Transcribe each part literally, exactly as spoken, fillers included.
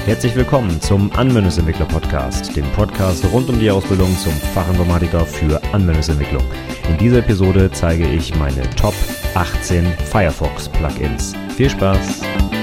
Herzlich willkommen zum Anwendungsentwickler-Podcast, dem Podcast rund um die Ausbildung zum Fachinformatiker für Anwendungsentwicklung. In dieser Episode zeige ich meine Top achtzehn Firefox-Plugins. Viel Spaß!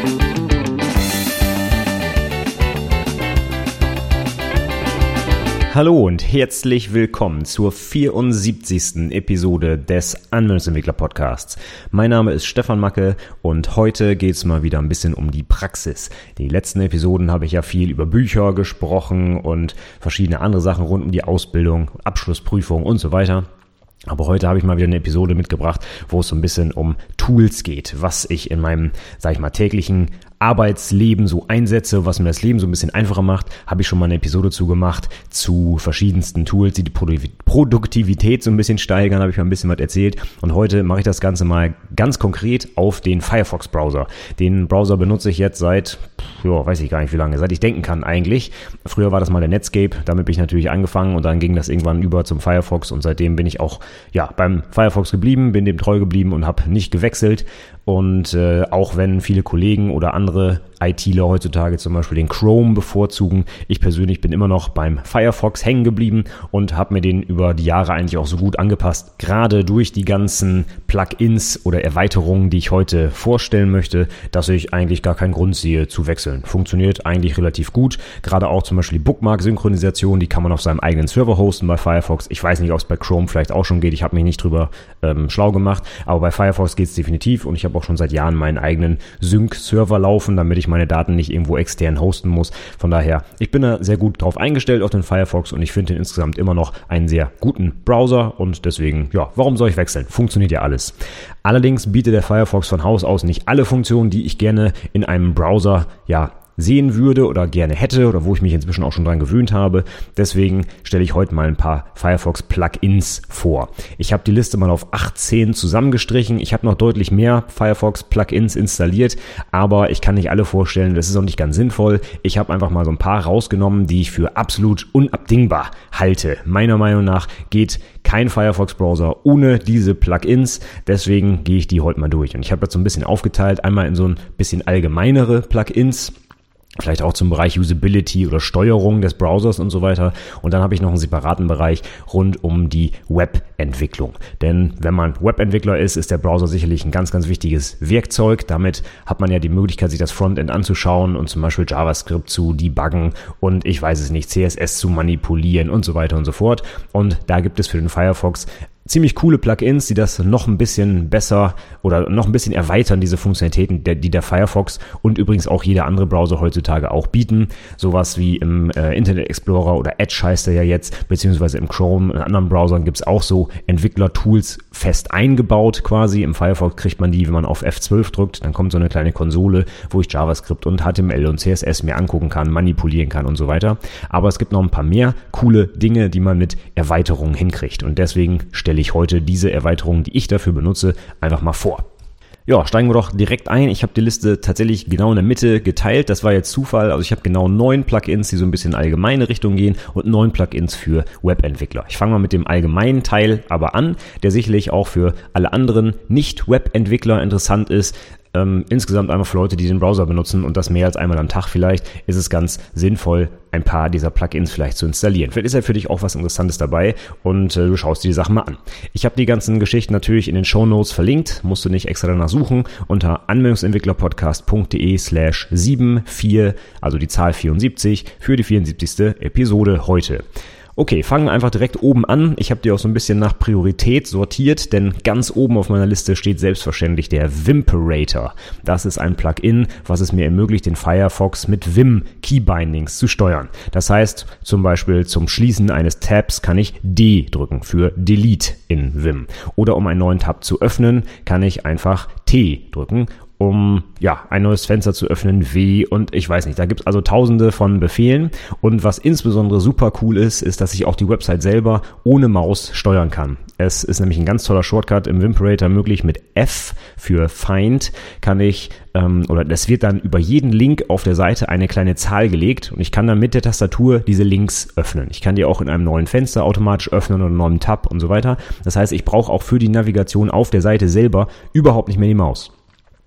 Hallo und herzlich willkommen zur vierundsiebzigsten Episode des Anwendungsentwickler-Podcasts. Mein Name ist Stefan Macke und heute geht es mal wieder ein bisschen um die Praxis. Die letzten Episoden habe ich ja viel über Bücher gesprochen und verschiedene andere Sachen rund um die Ausbildung, Abschlussprüfung und so weiter. Aber heute habe ich mal wieder eine Episode mitgebracht, wo es so ein bisschen um Tools geht, was ich in meinem, sag ich mal, täglichen Arbeitsleben so einsetze, was mir das Leben so ein bisschen einfacher macht, habe ich schon mal eine Episode zu gemacht, zu verschiedensten Tools, die die Produktivität so ein bisschen steigern, habe ich mal ein bisschen was erzählt. Und heute mache ich das Ganze mal ganz konkret auf den Firefox-Browser. Den Browser benutze ich jetzt seit, ja, weiß ich gar nicht wie lange, seit ich denken kann eigentlich. Früher war das mal der Netscape, damit bin ich natürlich angefangen und dann ging das irgendwann über zum Firefox und seitdem bin ich auch ja beim Firefox geblieben, bin dem treu geblieben und habe nicht gewechselt. Und äh, auch wenn viele Kollegen oder andere ITler heutzutage zum Beispiel den Chrome bevorzugen, ich persönlich bin immer noch beim Firefox hängen geblieben und habe mir den über die Jahre eigentlich auch so gut angepasst, gerade durch die ganzen Plugins oder Erweiterungen, die ich heute vorstellen möchte, dass ich eigentlich gar keinen Grund sehe zu wechseln. Funktioniert eigentlich relativ gut, gerade auch zum Beispiel die Bookmark-Synchronisation, die kann man auf seinem eigenen Server hosten bei Firefox. Ich weiß nicht, ob es bei Chrome vielleicht auch schon geht, ich habe mich nicht drüber ähm, schlau gemacht, aber bei Firefox geht es definitiv und ich habe auch schon seit Jahren meinen eigenen Sync-Server laufen, damit ich meine Daten nicht irgendwo extern hosten muss. Von daher, ich bin da sehr gut drauf eingestellt auf den Firefox und ich finde den insgesamt immer noch einen sehr guten Browser und deswegen, ja, warum soll ich wechseln? Funktioniert ja alles. Allerdings bietet der Firefox von Haus aus nicht alle Funktionen, die ich gerne in einem Browser, ja, sehen würde oder gerne hätte oder wo ich mich inzwischen auch schon dran gewöhnt habe. Deswegen stelle ich heute mal ein paar Firefox-Plugins vor. Ich habe die Liste mal auf achtzehn zusammengestrichen. Ich habe noch deutlich mehr Firefox-Plugins installiert, aber ich kann nicht alle vorstellen. Das ist auch nicht ganz sinnvoll. Ich habe einfach mal so ein paar rausgenommen, die ich für absolut unabdingbar halte. Meiner Meinung nach geht kein Firefox-Browser ohne diese Plugins. Deswegen gehe ich die heute mal durch. Und ich habe das so ein bisschen aufgeteilt. Einmal in so ein bisschen allgemeinere Plugins, vielleicht auch zum Bereich Usability oder Steuerung des Browsers und so weiter. Und dann habe ich noch einen separaten Bereich rund um die Webentwicklung. Denn wenn man Webentwickler ist, ist der Browser sicherlich ein ganz, ganz wichtiges Werkzeug. Damit hat man ja die Möglichkeit, sich das Frontend anzuschauen und zum Beispiel JavaScript zu debuggen und ich weiß es nicht, C S S zu manipulieren und so weiter und so fort. Und da gibt es für den Firefox ziemlich coole Plugins, die das noch ein bisschen besser oder noch ein bisschen erweitern, diese Funktionalitäten, die der Firefox und übrigens auch jeder andere Browser heutzutage auch bieten. Sowas wie im äh, Internet Explorer oder Edge heißt er ja jetzt, beziehungsweise im Chrome, in anderen Browsern gibt es auch so Entwickler-Tools fest eingebaut quasi. Im Firefox kriegt man die, wenn man auf F zwölf drückt, dann kommt so eine kleine Konsole, wo ich JavaScript und H T M L und C S S mir angucken kann, manipulieren kann und so weiter. Aber es gibt noch ein paar mehr coole Dinge, die man mit Erweiterungen hinkriegt und deswegen stelle ich heute diese Erweiterungen, die ich dafür benutze, einfach mal vor. Ja, steigen wir doch direkt ein. Ich habe die Liste tatsächlich genau in der Mitte geteilt. Das war jetzt Zufall. Also ich habe genau neun Plugins, die so ein bisschen in allgemeine Richtung gehen und neun Plugins für Webentwickler. Ich fange mal mit dem allgemeinen Teil aber an, der sicherlich auch für alle anderen Nicht-Webentwickler interessant ist. Ähm, insgesamt einmal für Leute, die den Browser benutzen und das mehr als einmal am Tag vielleicht, ist es ganz sinnvoll, ein paar dieser Plugins vielleicht zu installieren. Vielleicht ist ja für dich auch was Interessantes dabei und äh, du schaust dir die Sachen mal an. Ich habe die ganzen Geschichten natürlich in den Shownotes verlinkt, musst du nicht extra danach suchen, unter anwendungsentwicklerpodcast.de slash vierundsiebzig, also die Zahl vierundsiebzig für die vierundsiebzigste Episode heute. Okay, fangen wir einfach direkt oben an. Ich habe die auch so ein bisschen nach Priorität sortiert, denn ganz oben auf meiner Liste steht selbstverständlich der Vimperator. Das ist ein Plugin, was es mir ermöglicht, den Firefox mit Vim Keybindings zu steuern. Das heißt, zum Beispiel zum Schließen eines Tabs kann ich D drücken für Delete in Vim. Oder um einen neuen Tab zu öffnen, kann ich einfach T drücken, um ja ein neues Fenster zu öffnen, W und ich weiß nicht, da gibt es also tausende von Befehlen und was insbesondere super cool ist, ist, dass ich auch die Website selber ohne Maus steuern kann. Es ist nämlich ein ganz toller Shortcut im Vimperator möglich. Mit F für Find kann ich, ähm, oder es wird dann über jeden Link auf der Seite eine kleine Zahl gelegt und ich kann dann mit der Tastatur diese Links öffnen. Ich kann die auch in einem neuen Fenster automatisch öffnen oder einem neuen Tab und so weiter. Das heißt, ich brauche auch für die Navigation auf der Seite selber überhaupt nicht mehr die Maus.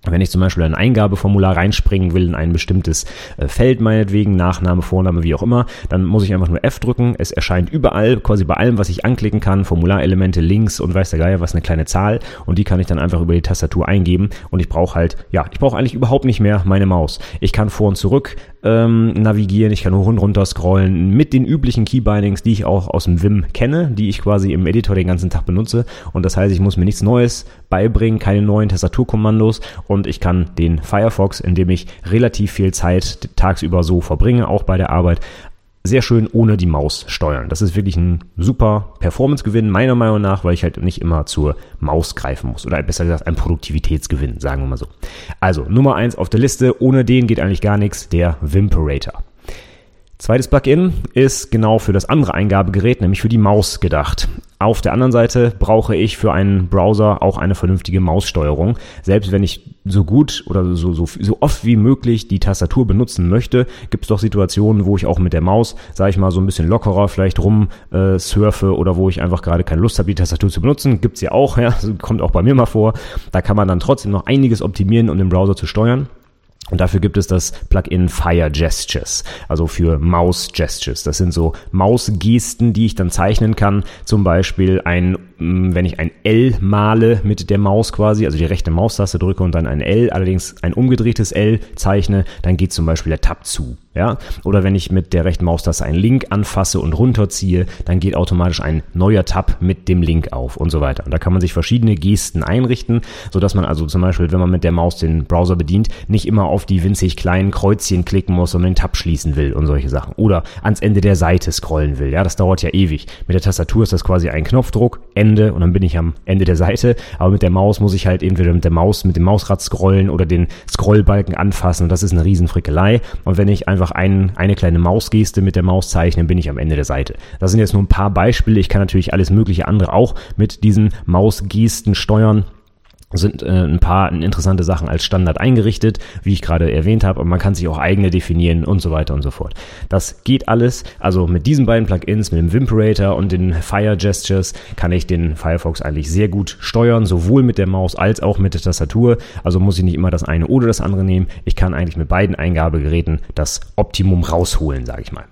Wenn ich zum Beispiel ein Eingabeformular reinspringen will in ein bestimmtes äh, Feld, meinetwegen, Nachname, Vorname, wie auch immer, dann muss ich einfach nur F drücken. Es erscheint überall, quasi bei allem, was ich anklicken kann, Formularelemente, Links und weiß der Geier was, eine kleine Zahl, und die kann ich dann einfach über die Tastatur eingeben, und ich brauche halt, ja, ich brauche eigentlich überhaupt nicht mehr meine Maus. Ich kann vor und zurück ähm, navigieren, ich kann hoch und runter scrollen mit den üblichen Keybindings, die ich auch aus dem Vim kenne, die ich quasi im Editor den ganzen Tag benutze, und das heißt, ich muss mir nichts Neues beibringen, keine neuen Tastaturkommandos, und ich kann den Firefox, in dem ich relativ viel Zeit tagsüber so verbringe, auch bei der Arbeit, sehr schön ohne die Maus steuern. Das ist wirklich ein super Performance-Gewinn, meiner Meinung nach, weil ich halt nicht immer zur Maus greifen muss. Oder besser gesagt, ein Produktivitätsgewinn, sagen wir mal so. Also, Nummer eins auf der Liste, ohne den geht eigentlich gar nichts, der Vimperator. Zweites Plugin ist genau für das andere Eingabegerät, nämlich für die Maus gedacht. Auf der anderen Seite brauche ich für einen Browser auch eine vernünftige Maussteuerung. Selbst wenn ich so gut oder so, so, so oft wie möglich die Tastatur benutzen möchte, gibt es doch Situationen, wo ich auch mit der Maus, sage ich mal, so ein bisschen lockerer vielleicht rum äh, surfe, oder wo ich einfach gerade keine Lust habe, die Tastatur zu benutzen. Gibt's ja auch, ja, das kommt auch bei mir mal vor. Da kann man dann trotzdem noch einiges optimieren, um den Browser zu steuern. Und dafür gibt es das Plugin Fire Gestures, also für Mouse Gestures. Das sind so Mausgesten, die ich dann zeichnen kann. Zum Beispiel ein, wenn ich ein L male mit der Maus quasi, also die rechte Maustaste drücke und dann ein L, allerdings ein umgedrehtes L zeichne, dann geht zum Beispiel der Tab zu. Ja, oder wenn ich mit der rechten Maustaste einen Link anfasse und runterziehe, dann geht automatisch ein neuer Tab mit dem Link auf und so weiter. Und da kann man sich verschiedene Gesten einrichten, sodass man also zum Beispiel, wenn man mit der Maus den Browser bedient, nicht immer auf die winzig kleinen Kreuzchen klicken muss, wenn man den Tab schließen will und solche Sachen. Oder ans Ende der Seite scrollen will. Ja, das dauert ja ewig. Mit der Tastatur ist das quasi ein Knopfdruck, Ende, und dann bin ich am Ende der Seite. Aber mit der Maus muss ich halt entweder mit der Maus, mit dem Mausrad scrollen oder den Scrollbalken anfassen, und das ist eine Riesenfrickelei. Und wenn ich einfach Ein, eine kleine Mausgeste mit der Maus zeichnen, bin ich am Ende der Seite. Das sind jetzt nur ein paar Beispiele. Ich kann natürlich alles mögliche andere auch mit diesen Mausgesten steuern. Sind äh, ein paar interessante Sachen als Standard eingerichtet, wie ich gerade erwähnt habe, und man kann sich auch eigene definieren und so weiter und so fort. Das geht alles. Also mit diesen beiden Plugins, mit dem Vimperator und den Fire Gestures, kann ich den Firefox eigentlich sehr gut steuern, sowohl mit der Maus als auch mit der Tastatur. Also muss ich nicht immer das eine oder das andere nehmen. Ich kann eigentlich mit beiden Eingabegeräten das Optimum rausholen, sage ich mal.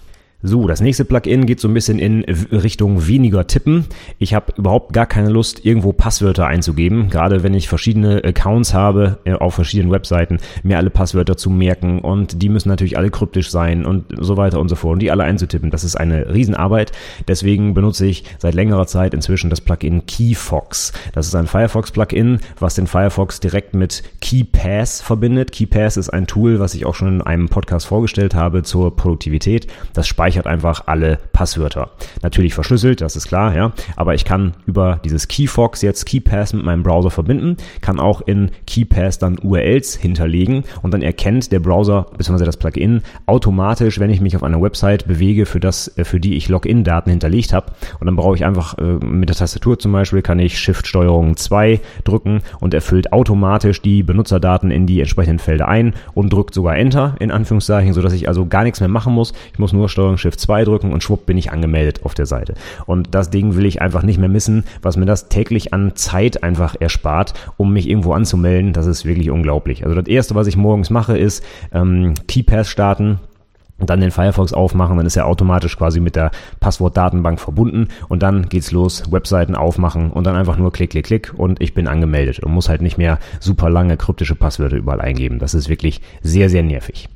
So, das nächste Plugin geht so ein bisschen in Richtung weniger tippen. Ich habe überhaupt gar keine Lust, irgendwo Passwörter einzugeben. Gerade wenn ich verschiedene Accounts habe auf verschiedenen Webseiten, mir alle Passwörter zu merken, und die müssen natürlich alle kryptisch sein und so weiter und so fort, und die alle einzutippen. Das ist eine Riesenarbeit. Deswegen benutze ich seit längerer Zeit inzwischen das Plugin KeyFox. Das ist ein Firefox-Plugin, was den Firefox direkt mit KeyPass verbindet. KeyPass ist ein Tool, was ich auch schon in einem Podcast vorgestellt habe zur Produktivität. Das speichert einfach alle Passwörter. Natürlich verschlüsselt, das ist klar, ja, aber ich kann über dieses KeyFox jetzt KeyPass mit meinem Browser verbinden, kann auch in KeyPass dann U R Ls hinterlegen, und dann erkennt der Browser bzw. das Plugin automatisch, wenn ich mich auf einer Website bewege, für das, für die ich Login-Daten hinterlegt habe, und dann brauche ich einfach äh, mit der Tastatur zum Beispiel, kann ich Shift-Steuerung zwei drücken, und er füllt automatisch die Benutzerdaten in die entsprechenden Felder ein und drückt sogar Enter, in Anführungszeichen, sodass ich also gar nichts mehr machen muss. Ich muss nur Steuerung Shift zwei drücken und schwupp bin ich angemeldet auf der Seite. Und das Ding will ich einfach nicht mehr missen, was mir das täglich an Zeit einfach erspart, um mich irgendwo anzumelden. Das ist wirklich unglaublich. Also das Erste, was ich morgens mache, ist ähm, KeyPass starten, und dann den Firefox aufmachen, dann ist er automatisch quasi mit der Passwortdatenbank verbunden, und dann geht's los, Webseiten aufmachen und dann einfach nur klick, klick, klick und ich bin angemeldet und muss halt nicht mehr super lange kryptische Passwörter überall eingeben. Das ist wirklich sehr, sehr nervig.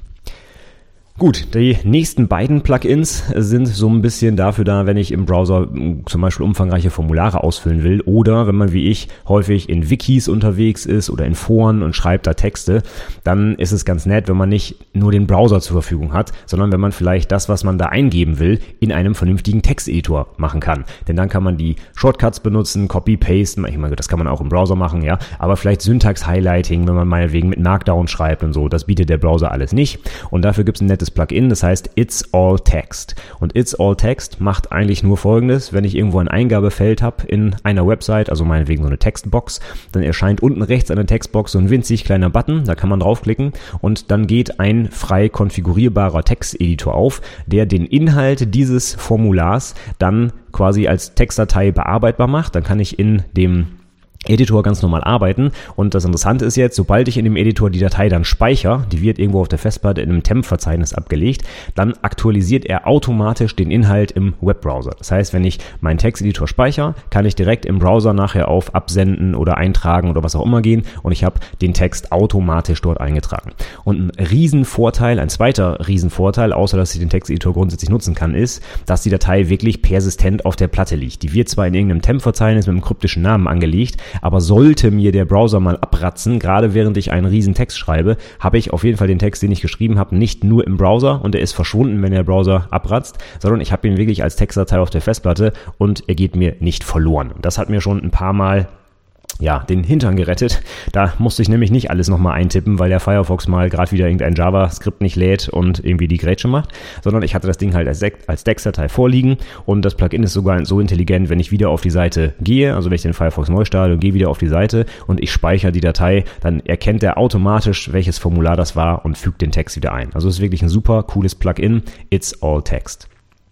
Gut, die nächsten beiden Plugins sind so ein bisschen dafür da, wenn ich im Browser zum Beispiel umfangreiche Formulare ausfüllen will, oder wenn man wie ich häufig in Wikis unterwegs ist oder in Foren und schreibt da Texte, dann ist es ganz nett, wenn man nicht nur den Browser zur Verfügung hat, sondern wenn man vielleicht das, was man da eingeben will, in einem vernünftigen Texteditor machen kann. Denn dann kann man die Shortcuts benutzen, Copy-Pasten, ich meine, das kann man auch im Browser machen, ja, aber vielleicht Syntax-Highlighting, wenn man meinetwegen mit Markdown schreibt und so, das bietet der Browser alles nicht, und dafür gibt es ein nettes Plugin, das heißt It's All Text. Und It's All Text macht eigentlich nur Folgendes: Wenn ich irgendwo ein Eingabefeld habe in einer Website, also meinetwegen so eine Textbox, dann erscheint unten rechts an der Textbox so ein winzig kleiner Button, da kann man draufklicken, und dann geht ein frei konfigurierbarer Texteditor auf, der den Inhalt dieses Formulars dann quasi als Textdatei bearbeitbar macht. Dann kann ich in dem Editor ganz normal arbeiten. Und das Interessante ist jetzt, sobald ich in dem Editor die Datei dann speichere, die wird irgendwo auf der Festplatte in einem Temp-Verzeichnis abgelegt, dann aktualisiert er automatisch den Inhalt im Webbrowser. Das heißt, wenn ich meinen Texteditor speichere, kann ich direkt im Browser nachher auf Absenden oder Eintragen oder was auch immer gehen und ich habe den Text automatisch dort eingetragen. Und ein Riesenvorteil, ein zweiter Riesenvorteil, außer dass ich den Texteditor grundsätzlich nutzen kann, ist, dass die Datei wirklich persistent auf der Platte liegt. Die wird zwar in irgendeinem Temp-Verzeichnis mit einem kryptischen Namen angelegt, aber sollte mir der Browser mal abratzen, gerade während ich einen riesen Text schreibe, habe ich auf jeden Fall den Text, den ich geschrieben habe, nicht nur im Browser und er ist verschwunden, wenn der Browser abratzt, sondern ich habe ihn wirklich als Textdatei auf der Festplatte und er geht mir nicht verloren. Das hat mir schon ein paar Mal ja, den Hintern gerettet. Da musste ich nämlich nicht alles nochmal eintippen, weil der Firefox mal gerade wieder irgendein JavaScript nicht lädt und irgendwie die Grätsche macht, sondern ich hatte das Ding halt als, als Textdatei vorliegen und das Plugin ist sogar so intelligent, wenn ich wieder auf die Seite gehe, also wenn ich den Firefox neu starte und gehe wieder auf die Seite und ich speichere die Datei, dann erkennt er automatisch, welches Formular das war und fügt den Text wieder ein. Also es ist wirklich ein super cooles Plugin. It's all text.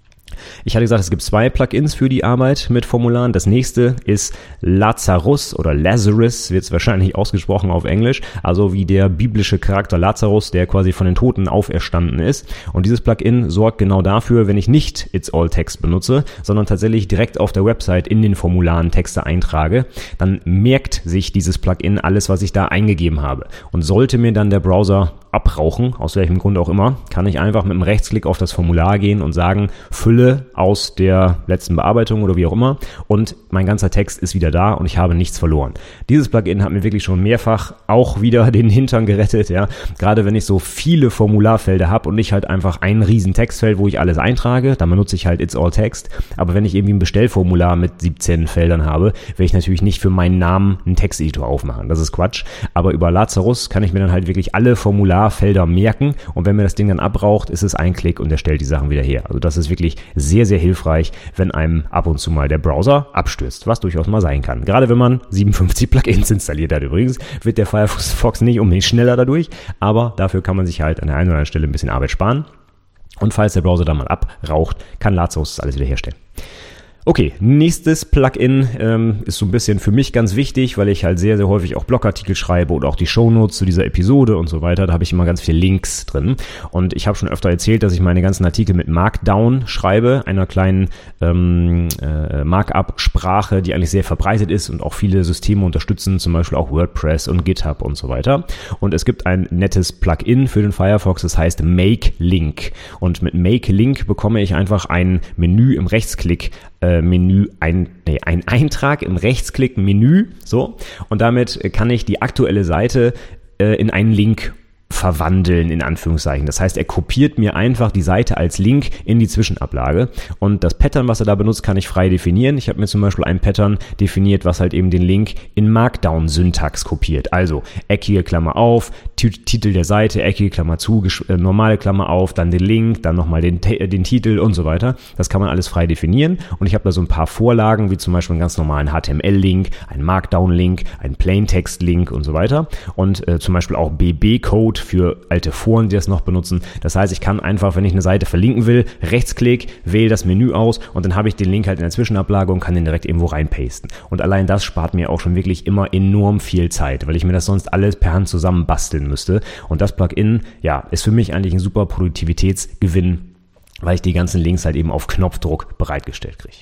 Ich hatte gesagt, es gibt zwei Plugins für die Arbeit mit Formularen. Das nächste ist Lazarus oder Lazarus, wird es wahrscheinlich ausgesprochen auf Englisch, also wie der biblische Charakter Lazarus, der quasi von den Toten auferstanden ist. Und dieses Plugin sorgt genau dafür, wenn ich nicht It's All Text benutze, sondern tatsächlich direkt auf der Website in den Formularen Texte eintrage, dann merkt sich dieses Plugin alles, was ich da eingegeben habe. Und sollte mir dann der Browser abrauchen, aus welchem Grund auch immer, kann ich einfach mit einem Rechtsklick auf das Formular gehen und sagen, Fülle aus der letzten Bearbeitung oder wie auch immer und mein ganzer Text ist wieder da und ich habe nichts verloren. Dieses Plugin hat mir wirklich schon mehrfach auch wieder den Hintern gerettet, ja. Gerade wenn ich so viele Formularfelder habe und nicht halt einfach ein riesen Textfeld, wo ich alles eintrage, dann benutze ich halt It's All Text. Aber wenn ich irgendwie ein Bestellformular mit siebzehn Feldern habe, werde ich natürlich nicht für meinen Namen einen Texteditor aufmachen. Das ist Quatsch. Aber über Lazarus kann ich mir dann halt wirklich alle Formularfelder merken und wenn mir das Ding dann abbraucht, ist es ein Klick und er stellt die Sachen wieder her. Also das ist wirklich sehr, sehr hilfreich, wenn einem ab und zu mal der Browser abstürzt, was durchaus mal sein kann. Gerade wenn man siebenundfünfzig Plugins installiert hat übrigens, wird der Firefox nicht unbedingt schneller dadurch, aber dafür kann man sich halt an der einen oder anderen Stelle ein bisschen Arbeit sparen. Und falls der Browser dann mal abraucht, kann Lazarus das alles wieder herstellen. Okay, nächstes Plugin ähm, ist so ein bisschen für mich ganz wichtig, weil ich halt sehr, sehr häufig auch Blogartikel schreibe oder auch die Shownotes zu dieser Episode und so weiter. Da habe ich immer ganz viele Links drin. Und ich habe schon öfter erzählt, dass ich meine ganzen Artikel mit Markdown schreibe, einer kleinen ähm, äh, Markup-Sprache, die eigentlich sehr verbreitet ist und auch viele Systeme unterstützen, zum Beispiel auch WordPress und GitHub und so weiter. Und es gibt ein nettes Plugin für den Firefox, das heißt Make Link. Und mit Make Link bekomme ich einfach ein Menü im Rechtsklick Äh, Menü, ein, nee, ein Eintrag im Rechtsklick Menü, so, und damit kann ich die aktuelle Seite äh, in einen Link verwandeln, in Anführungszeichen. Das heißt, er kopiert mir einfach die Seite als Link in die Zwischenablage und das Pattern, was er da benutzt, kann ich frei definieren. Ich habe mir zum Beispiel ein Pattern definiert, was halt eben den Link in Markdown-Syntax kopiert. Also eckige Klammer auf, T- Titel der Seite, eckige Klammer zu, gesch- äh, normale Klammer auf, dann den Link, dann nochmal den, T- den Titel und so weiter. Das kann man alles frei definieren und ich habe da so ein paar Vorlagen, wie zum Beispiel einen ganz normalen H T M L-Link, einen Markdown-Link, einen Plaintext-Link und so weiter und äh, zum Beispiel auch B B-Code für alte Foren, die das noch benutzen. Das heißt, ich kann einfach, wenn ich eine Seite verlinken will, Rechtsklick, wähle das Menü aus und dann habe ich den Link halt in der Zwischenablage und kann den direkt irgendwo reinpasten. Und allein das spart mir auch schon wirklich immer enorm viel Zeit, weil ich mir das sonst alles per Hand zusammen basteln müsste. Und das Plugin, ja, ist für mich eigentlich ein super Produktivitätsgewinn, weil ich die ganzen Links halt eben auf Knopfdruck bereitgestellt kriege.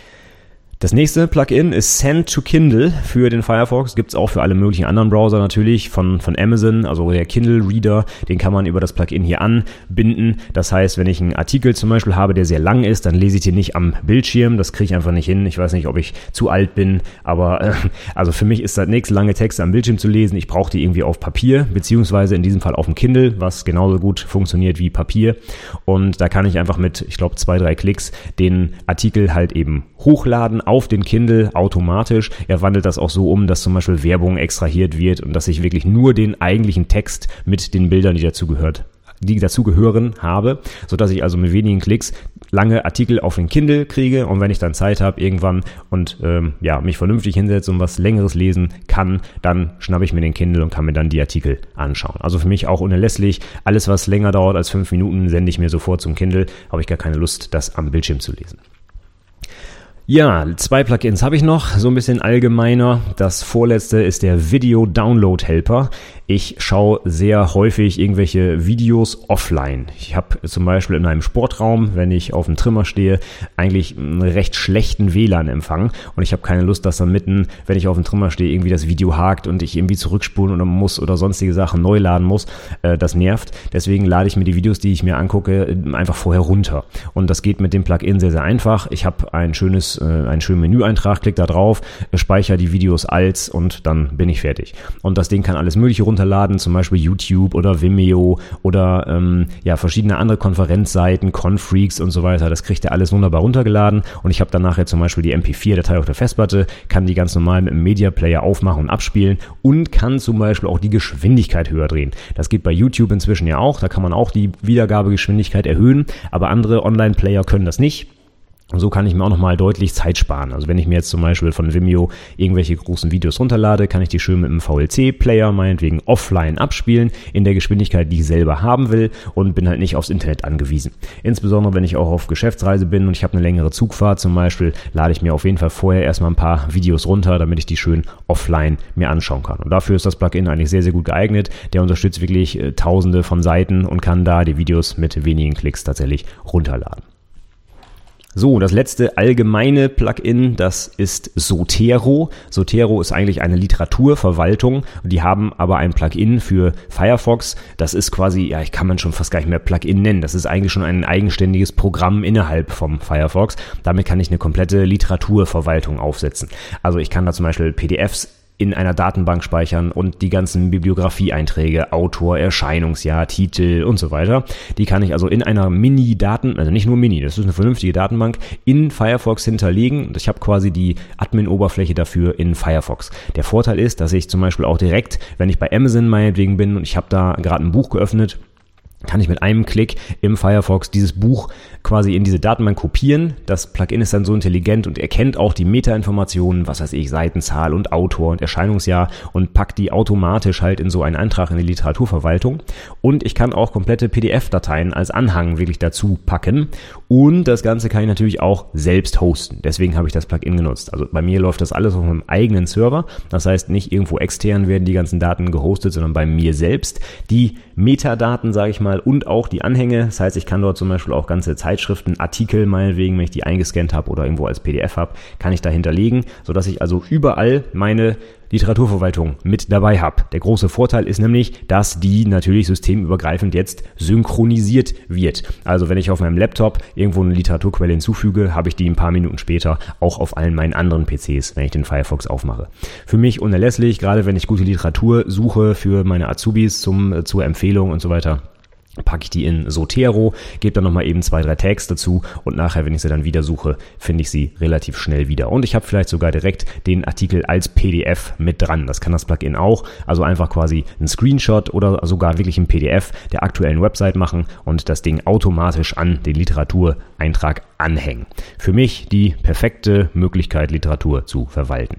Das nächste Plugin ist Send to Kindle für den Firefox. Gibt es auch für alle möglichen anderen Browser natürlich von, von Amazon. Also der Kindle Reader, den kann man über das Plugin hier anbinden. Das heißt, wenn ich einen Artikel zum Beispiel habe, der sehr lang ist, dann lese ich den nicht am Bildschirm. Das kriege ich einfach nicht hin. Ich weiß nicht, ob ich zu alt bin, aber äh, also für mich ist das nichts, lange Texte am Bildschirm zu lesen. Ich brauche die irgendwie auf Papier, beziehungsweise in diesem Fall auf dem Kindle, was genauso gut funktioniert wie Papier. Und da kann ich einfach mit, ich glaube, zwei, drei Klicks den Artikel halt eben hochladen auf den Kindle automatisch. Er wandelt das auch so um, dass zum Beispiel Werbung extrahiert wird und dass ich wirklich nur den eigentlichen Text mit den Bildern, die dazugehört, die dazugehören, habe, sodass ich also mit wenigen Klicks lange Artikel auf den Kindle kriege und wenn ich dann Zeit habe irgendwann und ähm, ja mich vernünftig hinsetze und was Längeres lesen kann, dann schnappe ich mir den Kindle und kann mir dann die Artikel anschauen. Also für mich auch unerlässlich. Alles, was länger dauert als fünf Minuten, sende ich mir sofort zum Kindle. Habe ich gar keine Lust, das am Bildschirm zu lesen. Ja, zwei Plugins habe ich noch, so ein bisschen allgemeiner. Das vorletzte ist der Video Download Helper. Ich schaue sehr häufig irgendwelche Videos offline. Ich habe zum Beispiel in einem Sportraum, wenn ich auf dem Trimmer stehe, eigentlich einen recht schlechten W L A N-Empfang und ich habe keine Lust, dass dann mitten, wenn ich auf dem Trimmer stehe, irgendwie das Video hakt und ich irgendwie zurückspulen oder muss oder sonstige Sachen neu laden muss. Das nervt. Deswegen lade ich mir die Videos, die ich mir angucke, einfach vorher runter. Und das geht mit dem Plugin sehr, sehr einfach. Ich habe ein schönes einen schönen Menüeintrag, klick da drauf, speichere die Videos als und dann bin ich fertig. Und das Ding kann alles mögliche runterladen, zum Beispiel YouTube oder Vimeo oder ähm, ja verschiedene andere Konferenzseiten, Confreaks und so weiter. Das kriegt er alles wunderbar runtergeladen und ich habe dann nachher zum Beispiel die M P vier Datei auf der Festplatte, kann die ganz normal mit dem Media Player aufmachen und abspielen und kann zum Beispiel auch die Geschwindigkeit höher drehen. Das geht bei YouTube inzwischen ja auch, da kann man auch die Wiedergabegeschwindigkeit erhöhen, aber andere Online-Player können das nicht. Und so kann ich mir auch nochmal deutlich Zeit sparen. Also wenn ich mir jetzt zum Beispiel von Vimeo irgendwelche großen Videos runterlade, kann ich die schön mit einem V L C-Player meinetwegen offline abspielen, in der Geschwindigkeit, die ich selber haben will und bin halt nicht aufs Internet angewiesen. Insbesondere wenn ich auch auf Geschäftsreise bin und ich habe eine längere Zugfahrt zum Beispiel, lade ich mir auf jeden Fall vorher erstmal ein paar Videos runter, damit ich die schön offline mir anschauen kann. Und dafür ist das Plugin eigentlich sehr, sehr gut geeignet. Der unterstützt wirklich äh, tausende von Seiten und kann da die Videos mit wenigen Klicks tatsächlich runterladen. So, das letzte allgemeine Plugin, das ist Zotero. Zotero ist eigentlich eine Literaturverwaltung. Die haben aber ein Plugin für Firefox. Das ist quasi, ja, ich kann man schon fast gar nicht mehr Plugin nennen. Das ist eigentlich schon ein eigenständiges Programm innerhalb vom Firefox. Damit kann ich eine komplette Literaturverwaltung aufsetzen. Also ich kann da zum Beispiel P D Fs in einer Datenbank speichern und die ganzen Bibliografie-Einträge, Autor, Erscheinungsjahr, Titel und so weiter. Die kann ich also in einer Mini-Daten, also nicht nur Mini, das ist eine vernünftige Datenbank, in Firefox hinterlegen. Ich habe quasi die Admin-Oberfläche dafür in Firefox. Der Vorteil ist, dass ich zum Beispiel auch direkt, wenn ich bei Amazon meinetwegen bin und ich habe da gerade ein Buch geöffnet, kann ich mit einem Klick im Firefox dieses Buch quasi in diese Datenbank kopieren. Das Plugin ist dann so intelligent und erkennt auch die Metainformationen, was weiß ich, Seitenzahl und Autor und Erscheinungsjahr und packt die automatisch halt in so einen Eintrag in die Literaturverwaltung. Und ich kann auch komplette P D F-Dateien als Anhang wirklich dazu packen. Und das Ganze kann ich natürlich auch selbst hosten. Deswegen habe ich das Plugin genutzt. Also bei mir läuft das alles auf meinem eigenen Server. Das heißt, nicht irgendwo extern werden die ganzen Daten gehostet, sondern bei mir selbst. Die Metadaten, sage ich mal, und auch die Anhänge. Das heißt, ich kann dort zum Beispiel auch ganze Zeitschriften, Artikel meinetwegen, wenn ich die eingescannt habe oder irgendwo als P D F habe, kann ich da hinterlegen, sodass ich also überall meine Literaturverwaltung mit dabei habe. Der große Vorteil ist nämlich, dass die natürlich systemübergreifend jetzt synchronisiert wird. Also wenn ich auf meinem Laptop irgendwo eine Literaturquelle hinzufüge, habe ich die ein paar Minuten später auch auf allen meinen anderen P Cs, wenn ich den Firefox aufmache. Für mich unerlässlich, gerade wenn ich gute Literatur suche für meine Azubis zum, zur Empfehlung und so weiter, packe ich die in Zotero, gebe dann nochmal eben zwei, drei Tags dazu und nachher, wenn ich sie dann wieder suche, finde ich sie relativ schnell wieder. Und ich habe vielleicht sogar direkt den Artikel als P D F mit dran. Das kann das Plugin auch. Also einfach quasi einen Screenshot oder sogar wirklich ein P D F der aktuellen Website machen und das Ding automatisch an den Literatureintrag anhängen. Für mich die perfekte Möglichkeit, Literatur zu verwalten.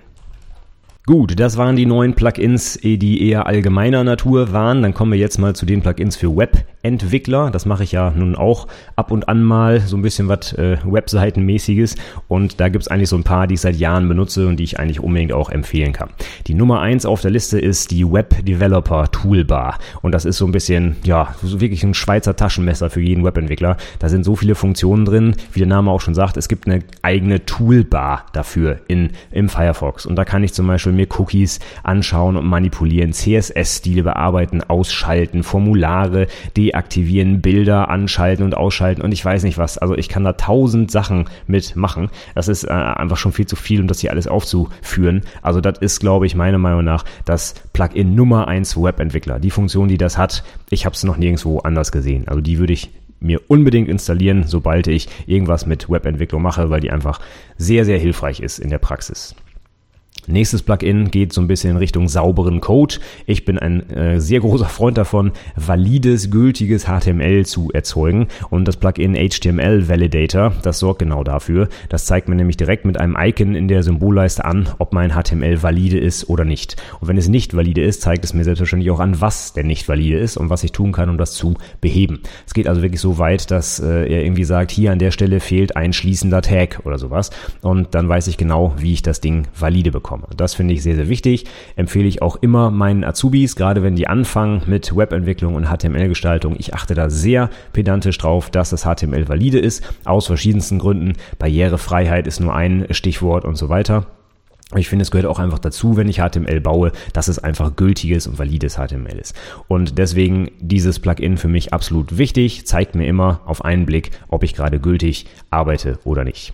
Gut, das waren die neuen Plugins, die eher allgemeiner Natur waren. Dann kommen wir jetzt mal zu den Plugins für Webentwickler. Das mache ich ja nun auch ab und an mal, so ein bisschen was äh, Webseitenmäßiges. Und da gibt's eigentlich so ein paar, die ich seit Jahren benutze und die ich eigentlich unbedingt auch empfehlen kann. Die Nummer eins auf der Liste ist die Web Developer Toolbar. Und das ist so ein bisschen, ja, so wirklich ein Schweizer Taschenmesser für jeden Webentwickler. Da sind so viele Funktionen drin, wie der Name auch schon sagt. Es gibt eine eigene Toolbar dafür in, im Firefox. Und da kann ich zum Beispiel mir Cookies anschauen und manipulieren, C S S-Stile bearbeiten, ausschalten, Formulare deaktivieren, Bilder anschalten und ausschalten und ich weiß nicht was. Also ich kann da tausend Sachen mitmachen. Das ist äh, einfach schon viel zu viel, um das hier alles aufzuführen. Also das ist, glaube ich, meiner Meinung nach das Plugin Nummer eins für Webentwickler. Die Funktion, die das hat, ich habe es noch nirgendwo anders gesehen. Also die würde ich mir unbedingt installieren, sobald ich irgendwas mit Webentwicklung mache, weil die einfach sehr, sehr hilfreich ist in der Praxis. Nächstes Plugin geht so ein bisschen in Richtung sauberen Code. Ich bin ein äh, sehr großer Freund davon, valides, gültiges H T M L zu erzeugen. Und das Plugin H T M L Validator, das sorgt genau dafür. Das zeigt mir nämlich direkt mit einem Icon in der Symbolleiste an, ob mein H T M L valide ist oder nicht. Und wenn es nicht valide ist, zeigt es mir selbstverständlich auch an, was denn nicht valide ist und was ich tun kann, um das zu beheben. Es geht also wirklich so weit, dass äh, er irgendwie sagt, hier an der Stelle fehlt ein schließender Tag oder sowas. Und dann weiß ich genau, wie ich das Ding valide bekomme. Das finde ich sehr, sehr wichtig. Empfehle ich auch immer meinen Azubis, gerade wenn die anfangen mit Webentwicklung und H T M L-Gestaltung. Ich achte da sehr pedantisch drauf, dass das H T M L valide ist, aus verschiedensten Gründen. Barrierefreiheit ist nur ein Stichwort und so weiter. Ich finde, es gehört auch einfach dazu, wenn ich H T M L baue, dass es einfach gültiges und valides H T M L ist. Und deswegen dieses Plugin für mich absolut wichtig, zeigt mir immer auf einen Blick, ob ich gerade gültig arbeite oder nicht.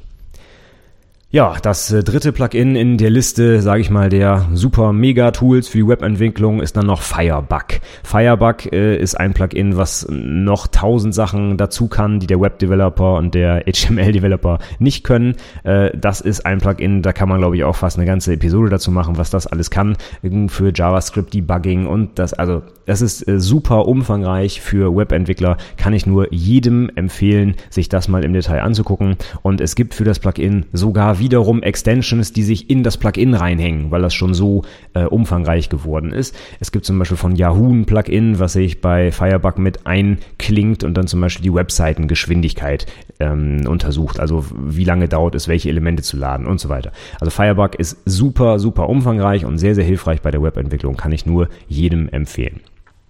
Ja, das äh, dritte Plugin in der Liste, sage ich mal, der super Mega-Tools für die Webentwicklung ist dann noch Firebug. Firebug äh, ist ein Plugin, was noch tausend Sachen dazu kann, die der Web-Developer und der H T M L-Developer nicht können. Äh, das ist ein Plugin, da kann man, glaube ich, auch fast eine ganze Episode dazu machen, was das alles kann für JavaScript-Debugging und das, also das ist äh, super umfangreich für Webentwickler, kann ich nur jedem empfehlen, sich das mal im Detail anzugucken. Und es gibt für das Plugin sogar wiederum Extensions, die sich in das Plugin reinhängen, weil das schon so äh, umfangreich geworden ist. Es gibt zum Beispiel von Yahoo ein Plugin, was sich bei Firebug mit einklingt und dann zum Beispiel die Webseitengeschwindigkeit ähm, untersucht. Also wie lange dauert es, welche Elemente zu laden und so weiter. Also Firebug ist super, super umfangreich und sehr, sehr hilfreich bei der Webentwicklung. Kann ich nur jedem empfehlen.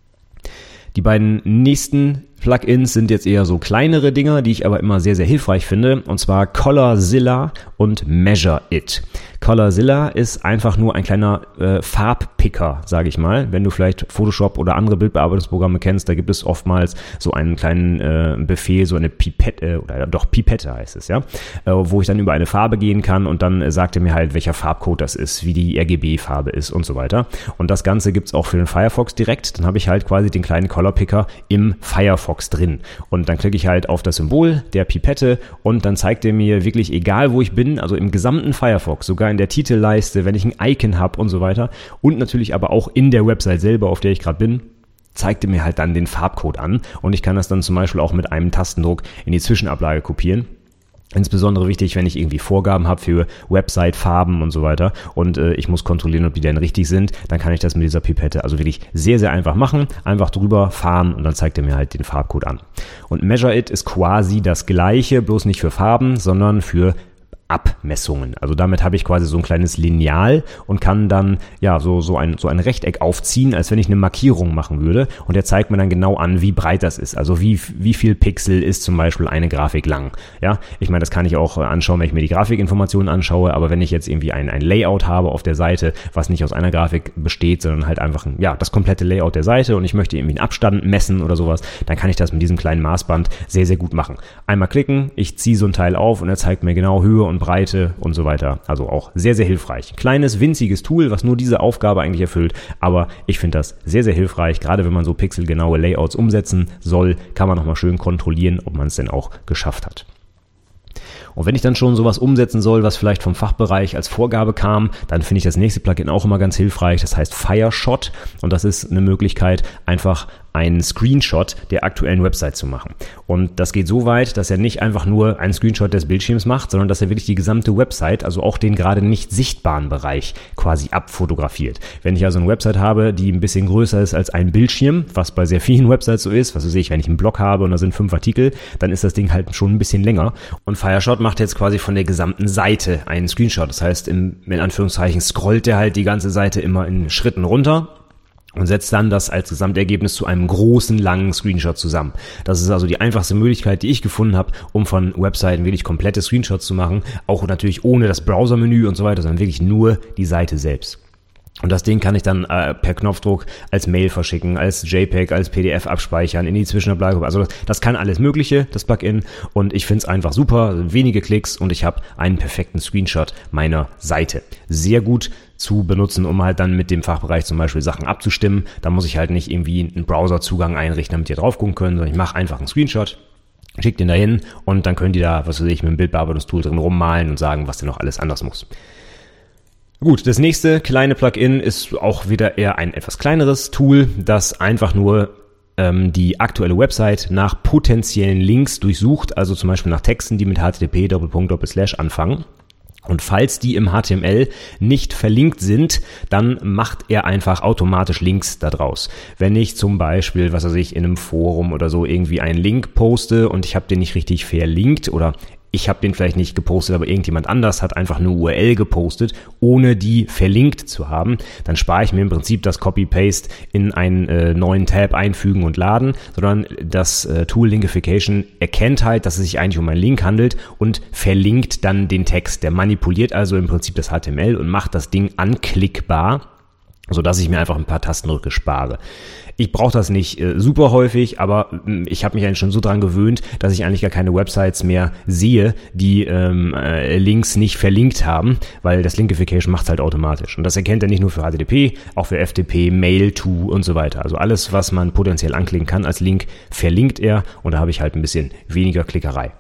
Die beiden nächsten Plugins sind jetzt eher so kleinere Dinger, die ich aber immer sehr, sehr hilfreich finde, und zwar Colorzilla und Measure It. Colorzilla ist einfach nur ein kleiner äh, Farbpicker, sage ich mal. Wenn du vielleicht Photoshop oder andere Bildbearbeitungsprogramme kennst, da gibt es oftmals so einen kleinen äh, Befehl, so eine Pipette, äh, oder doch Pipette heißt es, ja, äh, wo ich dann über eine Farbe gehen kann und dann äh, sagt er mir halt, welcher Farbcode das ist, wie die R G B-Farbe ist und so weiter. Und das Ganze gibt's auch für den Firefox direkt. Dann habe ich halt quasi den kleinen Color Picker im Firefox drin. Und dann klicke ich halt auf das Symbol der Pipette und dann zeigt er mir wirklich, egal wo ich bin, also im gesamten Firefox, sogar in der Titelleiste, wenn ich ein Icon habe und so weiter und natürlich aber auch in der Website selber, auf der ich gerade bin, zeigt er mir halt dann den Farbcode an und ich kann das dann zum Beispiel auch mit einem Tastendruck in die Zwischenablage kopieren. Insbesondere wichtig, wenn ich irgendwie Vorgaben habe für Website-Farben und so weiter und äh, ich muss kontrollieren, ob die denn richtig sind, dann kann ich das mit dieser Pipette also wirklich sehr, sehr einfach machen. Einfach drüber fahren und dann zeigt er mir halt den Farbcode an. Und Measure It ist quasi das Gleiche, bloß nicht für Farben, sondern für Abmessungen. Also damit habe ich quasi so ein kleines Lineal und kann dann ja so so ein so ein Rechteck aufziehen, als wenn ich eine Markierung machen würde. Und der zeigt mir dann genau an, wie breit das ist. Also wie wie viel Pixel ist zum Beispiel eine Grafik lang. Ja, ich meine, das kann ich auch anschauen, wenn ich mir die Grafikinformationen anschaue. Aber wenn ich jetzt irgendwie ein ein Layout habe auf der Seite, was nicht aus einer Grafik besteht, sondern halt einfach ein, ja das komplette Layout der Seite und ich möchte irgendwie einen Abstand messen oder sowas, dann kann ich das mit diesem kleinen Maßband sehr sehr gut machen. Einmal klicken, ich ziehe so ein Teil auf und er zeigt mir genau Höhe und Breite und so weiter. Also auch sehr, sehr hilfreich. Kleines, winziges Tool, was nur diese Aufgabe eigentlich erfüllt, aber ich finde das sehr, sehr hilfreich. Gerade wenn man so pixelgenaue Layouts umsetzen soll, kann man nochmal schön kontrollieren, ob man es denn auch geschafft hat. Und wenn ich dann schon sowas umsetzen soll, was vielleicht vom Fachbereich als Vorgabe kam, dann finde ich das nächste Plugin auch immer ganz hilfreich. Das heißt Fireshot und das ist eine Möglichkeit, einfach einen Screenshot der aktuellen Website zu machen. Und das geht so weit, dass er nicht einfach nur einen Screenshot des Bildschirms macht, sondern dass er wirklich die gesamte Website, also auch den gerade nicht sichtbaren Bereich quasi abfotografiert. Wenn ich also eine Website habe, die ein bisschen größer ist als ein Bildschirm, was bei sehr vielen Websites so ist, was weiß ich, wenn ich einen Blog habe und da sind fünf Artikel, dann ist das Ding halt schon ein bisschen länger. Und Fireshot macht jetzt quasi von der gesamten Seite einen Screenshot. Das heißt, im, in Anführungszeichen scrollt er halt die ganze Seite immer in Schritten runter und setzt dann das als Gesamtergebnis zu einem großen, langen Screenshot zusammen. Das ist also die einfachste Möglichkeit, die ich gefunden habe, um von Webseiten wirklich komplette Screenshots zu machen. Auch natürlich ohne das Browsermenü und so weiter, sondern wirklich nur die Seite selbst. Und das Ding kann ich dann äh, per Knopfdruck als Mail verschicken, als JPEG, als P D F abspeichern, in die Zwischenablage. Also das, das kann alles Mögliche, das Plugin. Und ich finde es einfach super, wenige Klicks und ich habe einen perfekten Screenshot meiner Seite. Sehr gut zu benutzen, um halt dann mit dem Fachbereich zum Beispiel Sachen abzustimmen. Da muss ich halt nicht irgendwie einen Browserzugang einrichten, damit die drauf gucken können, sondern ich mache einfach einen Screenshot, schicke den da hin und dann können die da, was weiß ich, mit dem Bildbearbeitungstool drin rummalen und sagen, was denn noch alles anders muss. Gut, das nächste kleine Plugin ist auch wieder eher ein etwas kleineres Tool, das einfach nur ähm, die aktuelle Website nach potenziellen Links durchsucht, also zum Beispiel nach Texten, die mit H T T P Doppelpunkt Doppelslash anfangen. Und falls die im H T M L nicht verlinkt sind, dann macht er einfach automatisch Links da draus. Wenn ich zum Beispiel, was weiß ich, in einem Forum oder so irgendwie einen Link poste und ich habe den nicht richtig verlinkt oder ich habe den vielleicht nicht gepostet, aber irgendjemand anders hat einfach eine U R L gepostet, ohne die verlinkt zu haben, dann spare ich mir im Prinzip das Copy-Paste in einen äh, neuen Tab einfügen und laden, sondern das äh, Tool Linkification erkennt halt, dass es sich eigentlich um einen Link handelt und verlinkt dann den Text. Der manipuliert also im Prinzip das H T M L und macht das Ding anklickbar, sodass ich mir einfach ein paar Tastendrücke spare. Ich brauche das nicht äh, super häufig, aber mh, ich habe mich eigentlich schon so dran gewöhnt, dass ich eigentlich gar keine Websites mehr sehe, die ähm, äh, Links nicht verlinkt haben, weil das Linkification macht es halt automatisch. Und das erkennt er nicht nur für H T T P, auch für F T P, Mail to und so weiter. Also alles, was man potenziell anklicken kann als Link, verlinkt er und da habe ich halt ein bisschen weniger Klickerei.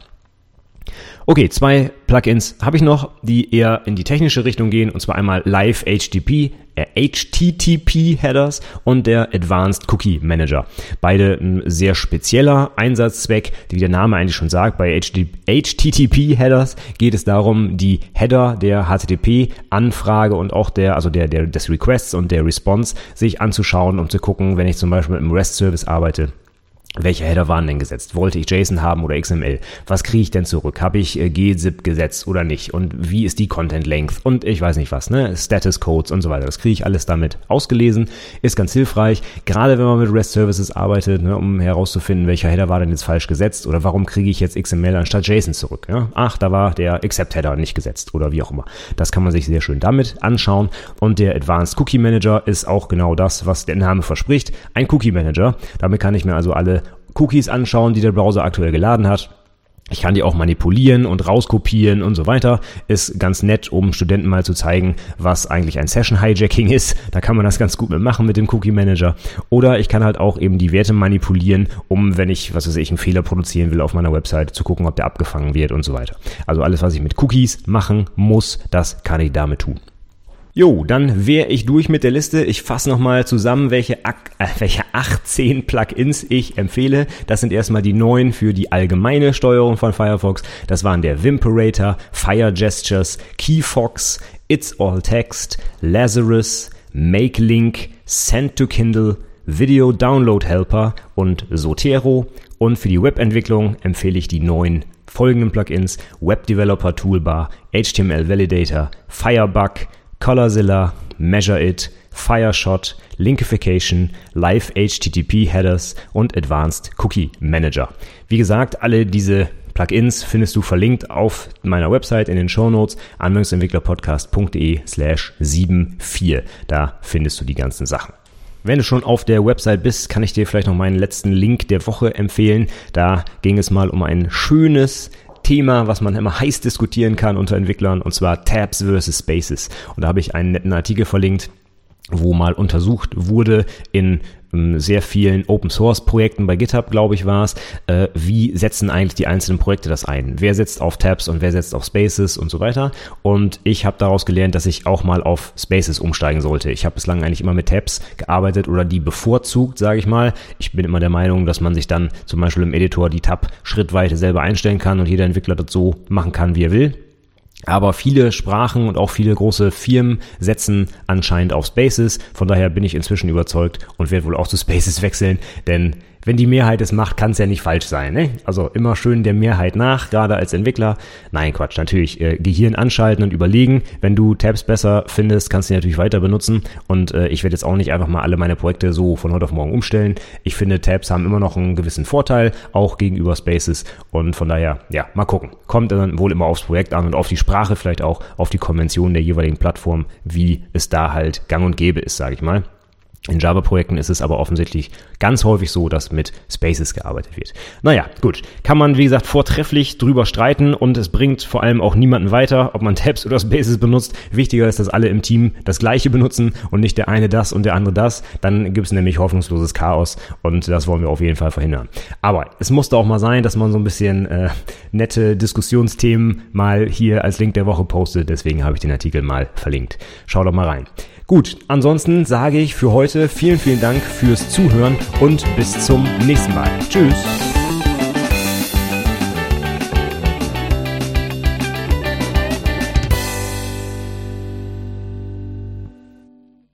Okay, zwei Plugins habe ich noch, die eher in die technische Richtung gehen, und zwar einmal Live H T T P, äh, H T T P Headers und der Advanced Cookie Manager. Beide ein sehr spezieller Einsatzzweck, wie der Name eigentlich schon sagt. Bei H T T P Headers geht es darum, die Header der H T T P-Anfrage und auch der, also der, der des Requests und der Response sich anzuschauen, um zu gucken, wenn ich zum Beispiel mit einem REST-Service arbeite. Welche Header waren denn gesetzt? Wollte ich JSON haben oder X M L? Was kriege ich denn zurück? Habe ich äh, gzip gesetzt oder nicht? Und wie ist die Content Length? Und ich weiß nicht was, ne? Status Codes und so weiter. Das kriege ich alles damit ausgelesen. Ist ganz hilfreich, gerade wenn man mit REST Services arbeitet, ne, um herauszufinden, welcher Header war denn jetzt falsch gesetzt oder warum kriege ich jetzt X M L anstatt JSON zurück? Ja? Ach, da war der Accept Header nicht gesetzt oder wie auch immer. Das kann man sich sehr schön damit anschauen. Und der Advanced Cookie Manager ist auch genau das, was der Name verspricht. Ein Cookie Manager. Damit kann ich mir also alle Cookies anschauen, die der Browser aktuell geladen hat. Ich kann die auch manipulieren und rauskopieren und so weiter. Ist ganz nett, um Studenten mal zu zeigen, was eigentlich ein Session-Hijacking ist. Da kann man das ganz gut mitmachen mit dem Cookie-Manager. Oder ich kann halt auch eben die Werte manipulieren, um, wenn ich, was weiß ich, einen Fehler produzieren will auf meiner Website, zu gucken, ob der abgefangen wird und so weiter. Also alles, was ich mit Cookies machen muss, das kann ich damit tun. Jo, dann wäre ich durch mit der Liste. Ich fasse nochmal zusammen, welche, äh, welche achtzehn Plugins ich empfehle. Das sind erstmal die neun für die allgemeine Steuerung von Firefox. Das waren der Vimperator, Fire Gestures, Keyfox, It's All Text, Lazarus, MakeLink, Send to Kindle, Video Download Helper und Zotero. Und für die Webentwicklung empfehle ich die neun folgenden Plugins: Web Developer Toolbar, H T M L Validator, Firebug, Colorzilla, MeasureIt, Fireshot, Linkification, Live H T T P Headers und Advanced Cookie Manager. Wie gesagt, alle diese Plugins findest du verlinkt auf meiner Website in den Shownotes anwendungsentwicklerpodcast.de slash vierundsiebzig. Da findest du die ganzen Sachen. Wenn du schon auf der Website bist, kann ich dir vielleicht noch meinen letzten Link der Woche empfehlen. Da ging es mal um ein schönes Thema, was man immer heiß diskutieren kann unter Entwicklern, und zwar Tabs versus Spaces. Und da habe ich einen netten Artikel verlinkt, wo mal untersucht wurde in ähm, sehr vielen Open-Source-Projekten, bei GitHub, glaube ich, war es, äh, wie setzen eigentlich die einzelnen Projekte das ein? Wer setzt auf Tabs und wer setzt auf Spaces und so weiter? Und ich habe daraus gelernt, dass ich auch mal auf Spaces umsteigen sollte. Ich habe bislang eigentlich immer mit Tabs gearbeitet oder die bevorzugt, sage ich mal. Ich bin immer der Meinung, dass man sich dann zum Beispiel im Editor die Tab-Schrittweite selber einstellen kann und jeder Entwickler das so machen kann, wie er will. Aber viele Sprachen und auch viele große Firmen setzen anscheinend auf Spaces. Von daher bin ich inzwischen überzeugt und werde wohl auch zu Spaces wechseln, denn wenn die Mehrheit es macht, kann es ja nicht falsch sein, ne? Also immer schön der Mehrheit nach, gerade als Entwickler. Nein, Quatsch, natürlich. Äh, Gehirn anschalten und überlegen. Wenn du Tabs besser findest, kannst du die natürlich weiter benutzen. Und äh, ich werde jetzt auch nicht einfach mal alle meine Projekte so von heute auf morgen umstellen. Ich finde, Tabs haben immer noch einen gewissen Vorteil, auch gegenüber Spaces. Und von daher, ja, mal gucken. Kommt dann wohl immer aufs Projekt an und auf die Sprache, vielleicht auch auf die Konvention der jeweiligen Plattform, wie es da halt gang und gäbe ist, sage ich mal. In Java-Projekten ist es aber offensichtlich ganz häufig so, dass mit Spaces gearbeitet wird. Naja, gut. Kann man, wie gesagt, vortrefflich drüber streiten und es bringt vor allem auch niemanden weiter, ob man Tabs oder Spaces benutzt. Wichtiger ist, dass alle im Team das Gleiche benutzen und nicht der eine das und der andere das. Dann gibt es nämlich hoffnungsloses Chaos und das wollen wir auf jeden Fall verhindern. Aber es musste auch mal sein, dass man so ein bisschen äh, nette Diskussionsthemen mal hier als Link der Woche postet. Deswegen habe ich den Artikel mal verlinkt. Schau doch mal rein. Gut, ansonsten sage ich für heute vielen, vielen Dank fürs Zuhören und bis zum nächsten Mal. Tschüss!